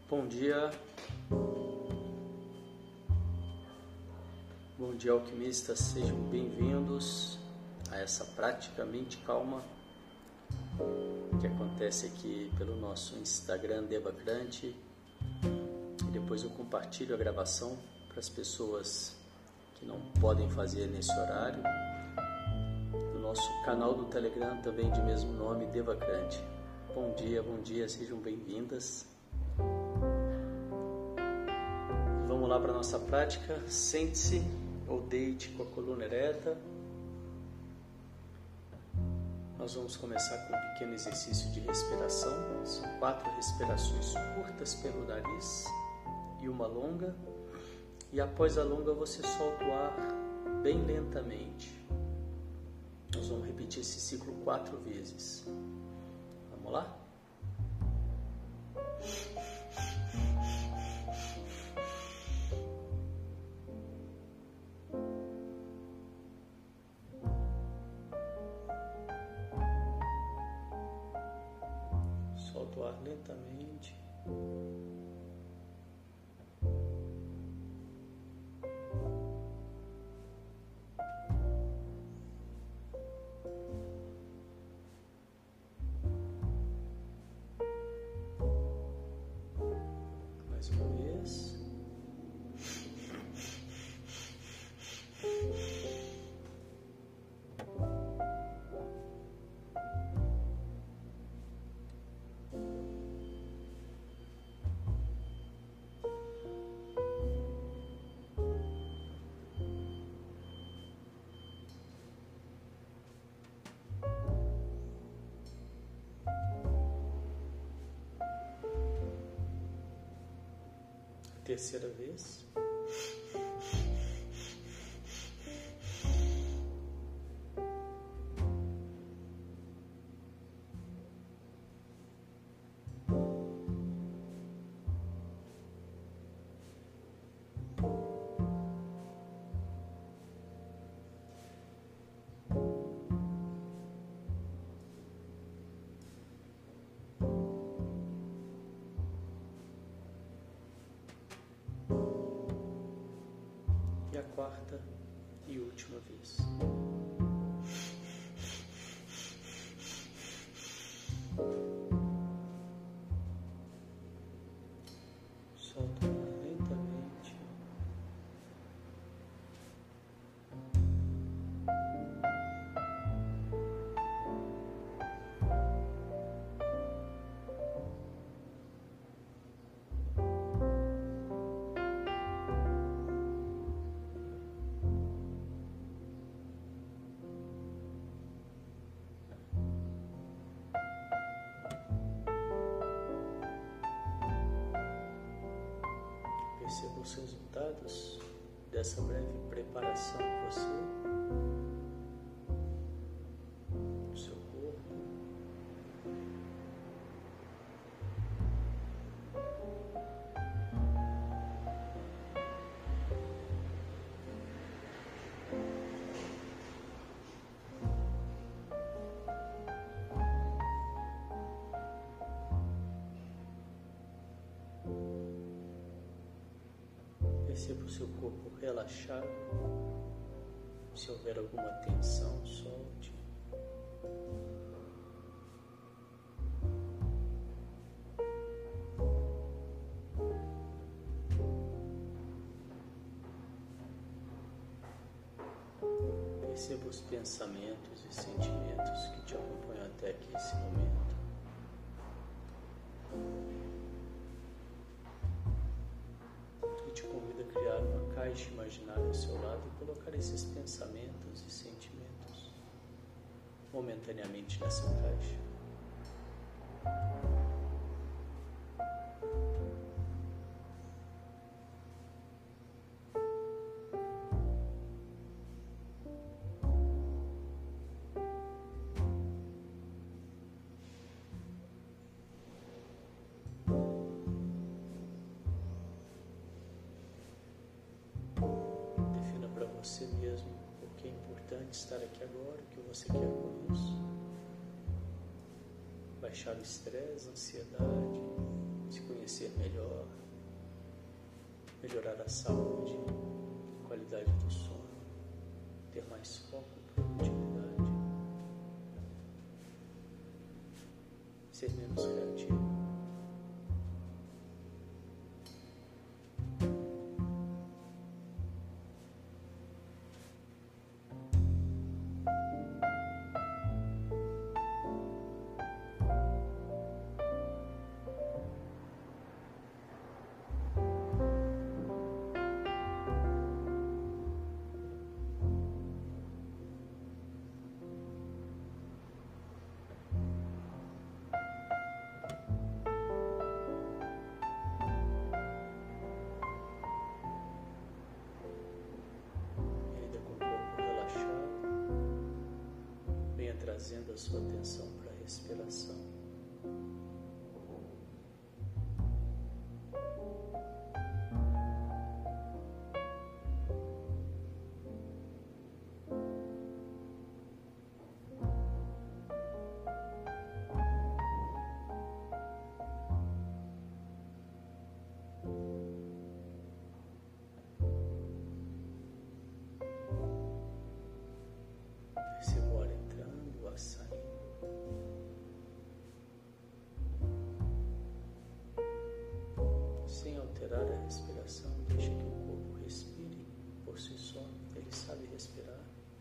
Bom dia, alquimistas, sejam bem-vindos a essa prática Mente Calma que acontece aqui pelo nosso Instagram Devacrante, e depois eu compartilho a gravação para as pessoas que não podem fazer nesse horário, no nosso canal do Telegram também de mesmo nome, Devacrante. Bom dia, sejam bem-vindas. Vamos lá para a nossa prática. Sente-se ou deite com a coluna ereta. Nós vamos começar com um pequeno exercício de respiração. São 4 respirações curtas pelo nariz e uma longa. E após a longa você solta o ar bem lentamente. Nós vamos repetir esse ciclo 4 vezes. Vamos lá? Solta o ar lentamente. Mais uma vez. Terceira vez. E a quarta e última vez. Solta o ar lentamente. Perceba os resultados dessa breve preparação em você, no seu corpo. Perceba o seu corpo relaxado. Se houver alguma tensão, solte. Perceba os pensamentos e sentimentos que te acompanham até aqui esse momento. Te convido a criar uma caixa imaginária ao seu lado e colocar esses pensamentos e sentimentos momentaneamente nessa caixa. Você mesmo, o que é importante estar aqui agora, o que você quer com isso. Baixar o estresse, a ansiedade, se conhecer conhecer melhor, melhorar a saúde, qualidade do sono, ter mais foco e produtividade, ser menos criativo. Trazendo a sua atenção para a respiração. Perceba o ar entrando, o ar saindo. Sem alterar a respiração, deixe que o corpo respire por si só. Ele sabe respirar.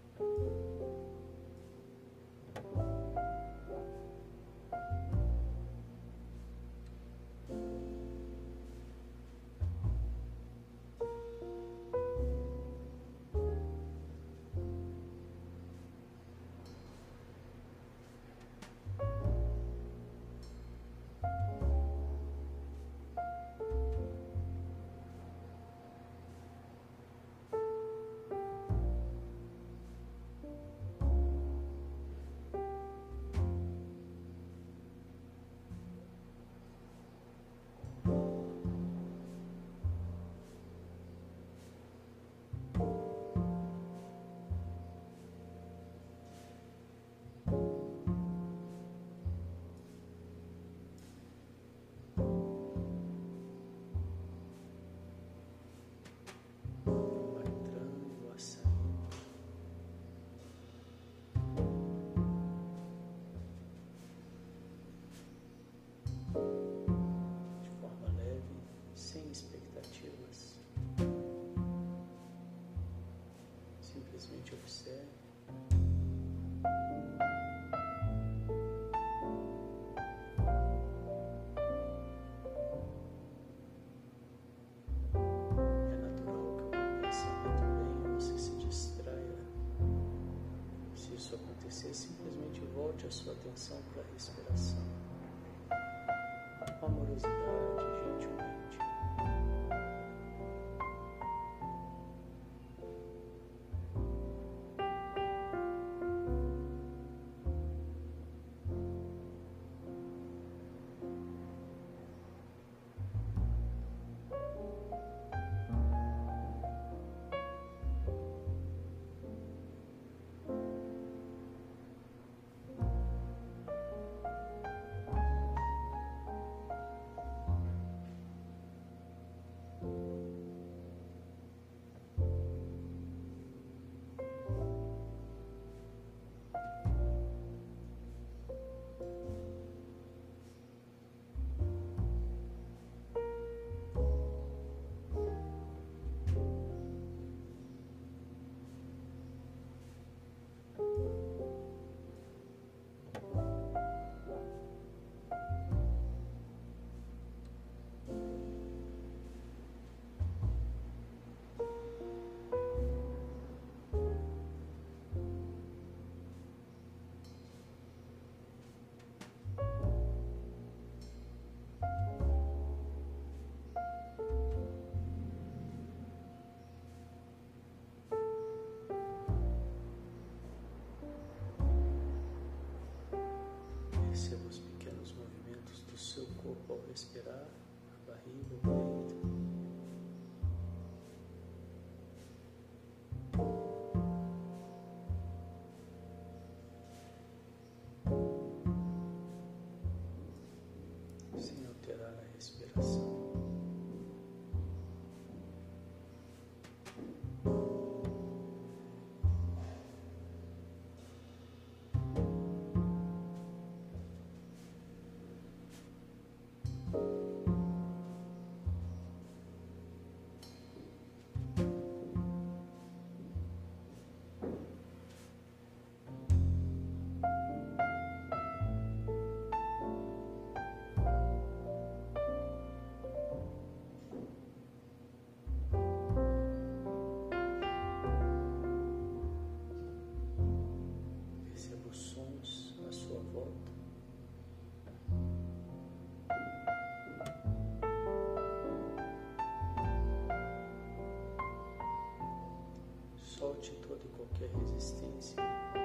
Simplesmente observe. É natural que o pensamento venha e você se distraia. Se isso acontecer, simplesmente volte a sua atenção para a respiração. Com amorosidade, gentilmente. Perceba os pequenos movimentos do seu corpo ao respirar, a barriga, o peito. sem alterar a respiração. Solte toda e qualquer resistência.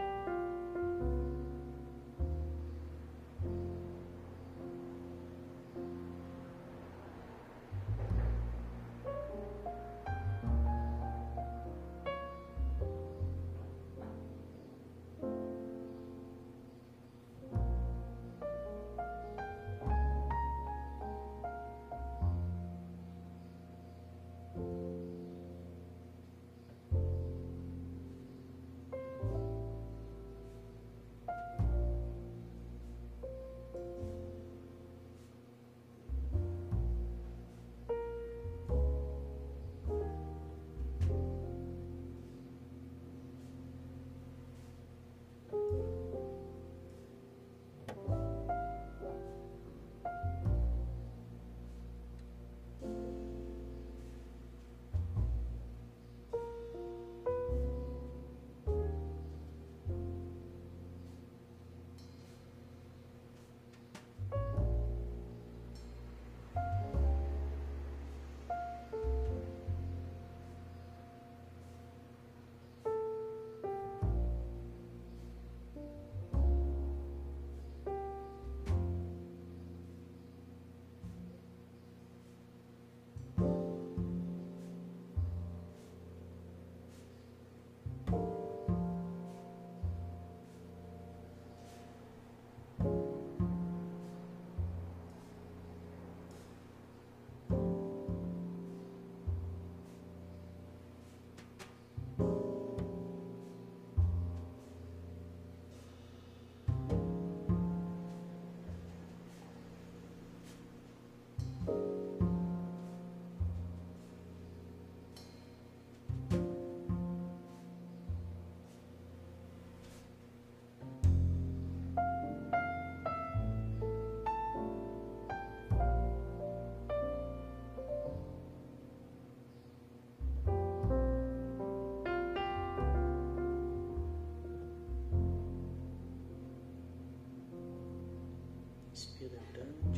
Inspira grande,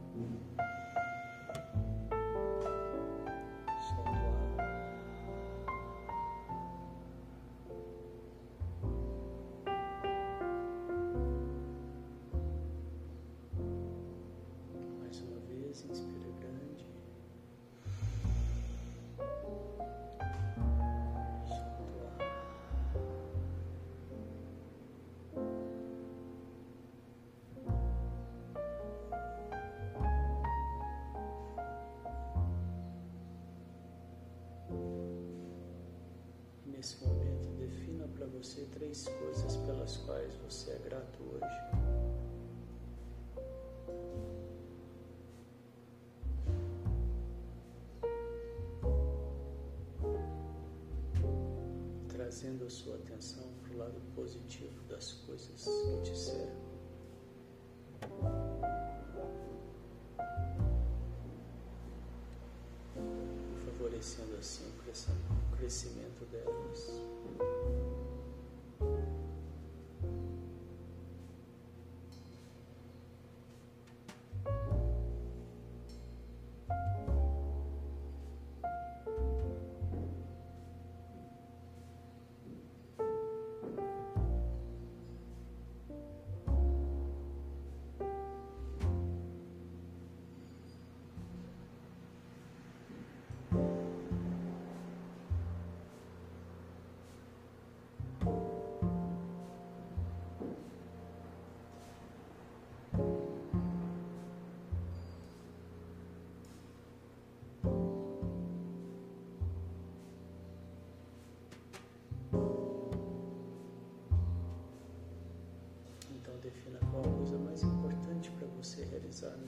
solta o ar. Mais uma vez, inspira grande, solta o ar. Nesse momento, defina para você 3 coisas pelas quais você é grato hoje. Trazendo a sua atenção para o lado positivo das coisas que te cercam. Favorecendo assim o crescimento delas.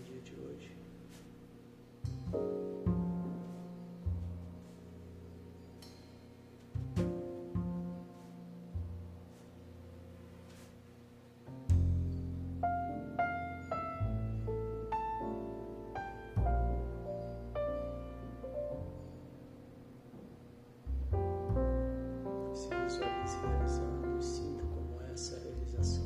no dia de hoje. Se visualize realizando e sinta como é essa realização.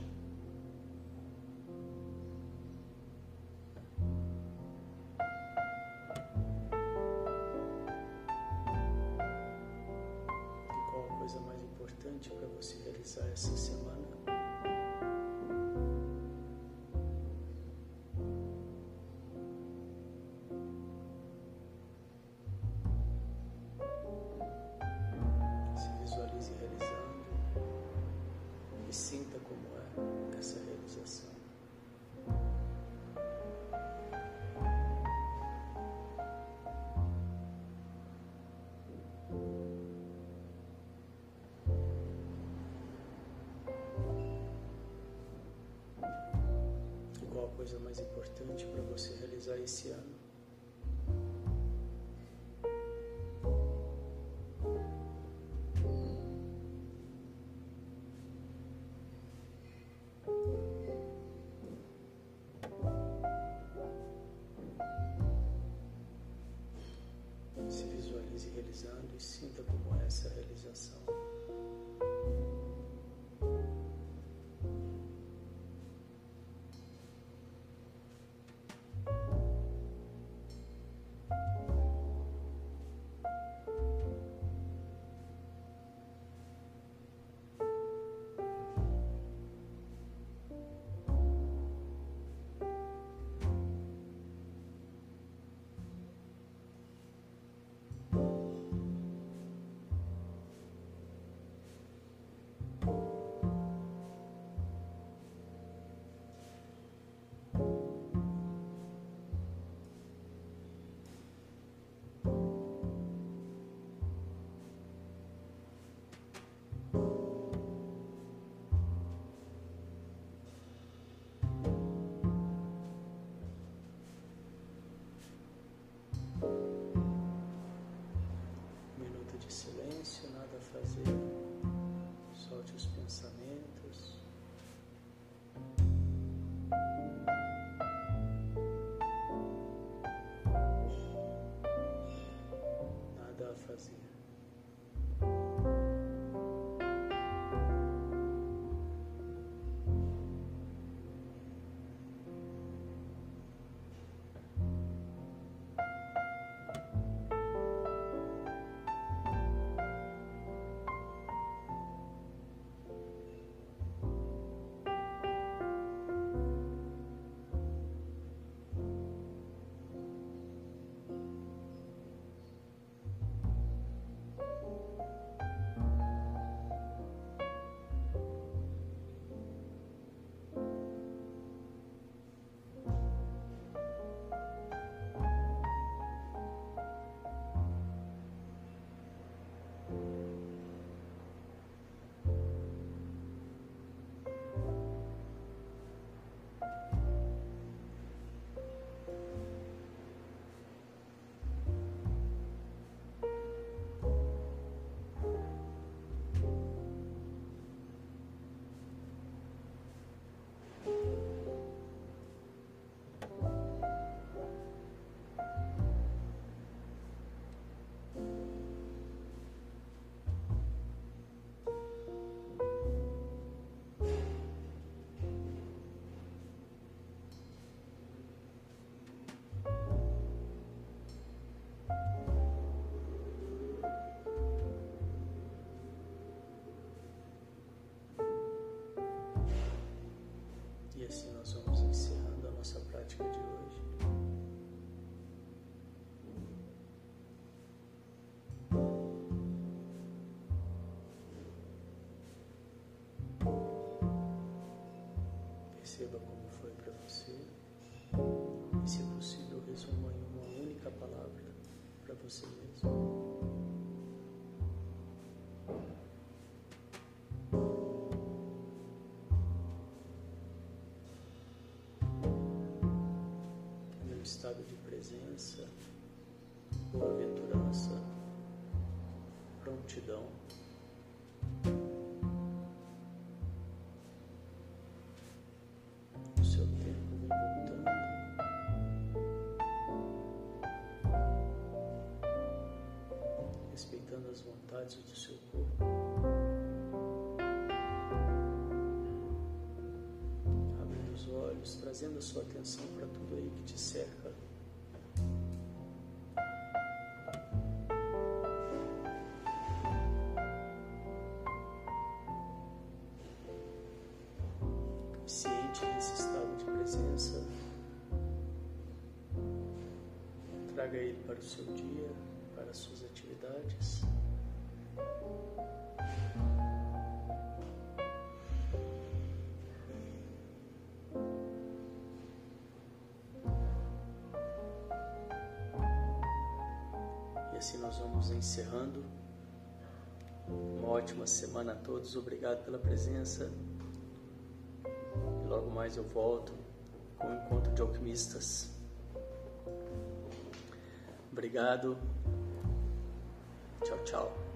Qual a coisa mais importante para você realizar essa semana? Se visualize realizando e sinta como é essa realização. Qual a coisa mais importante para você realizar esse ano? Se visualize realizando e sinta como é essa realização. um estado de presença, boa-aventurança, prontidão. O seu tempo vem voltando. Respeitando as vontades do seu corpo. Abrindo os olhos, trazendo a sua atenção para tudo aí que te cerca. Ciente desse estado de presença, traga ele para o seu dia, para as suas atividades. E assim nós vamos encerrando. Uma ótima semana a todos. Obrigado pela presença. E logo mais eu volto com o encontro de alquimistas. Obrigado. Tchau, tchau.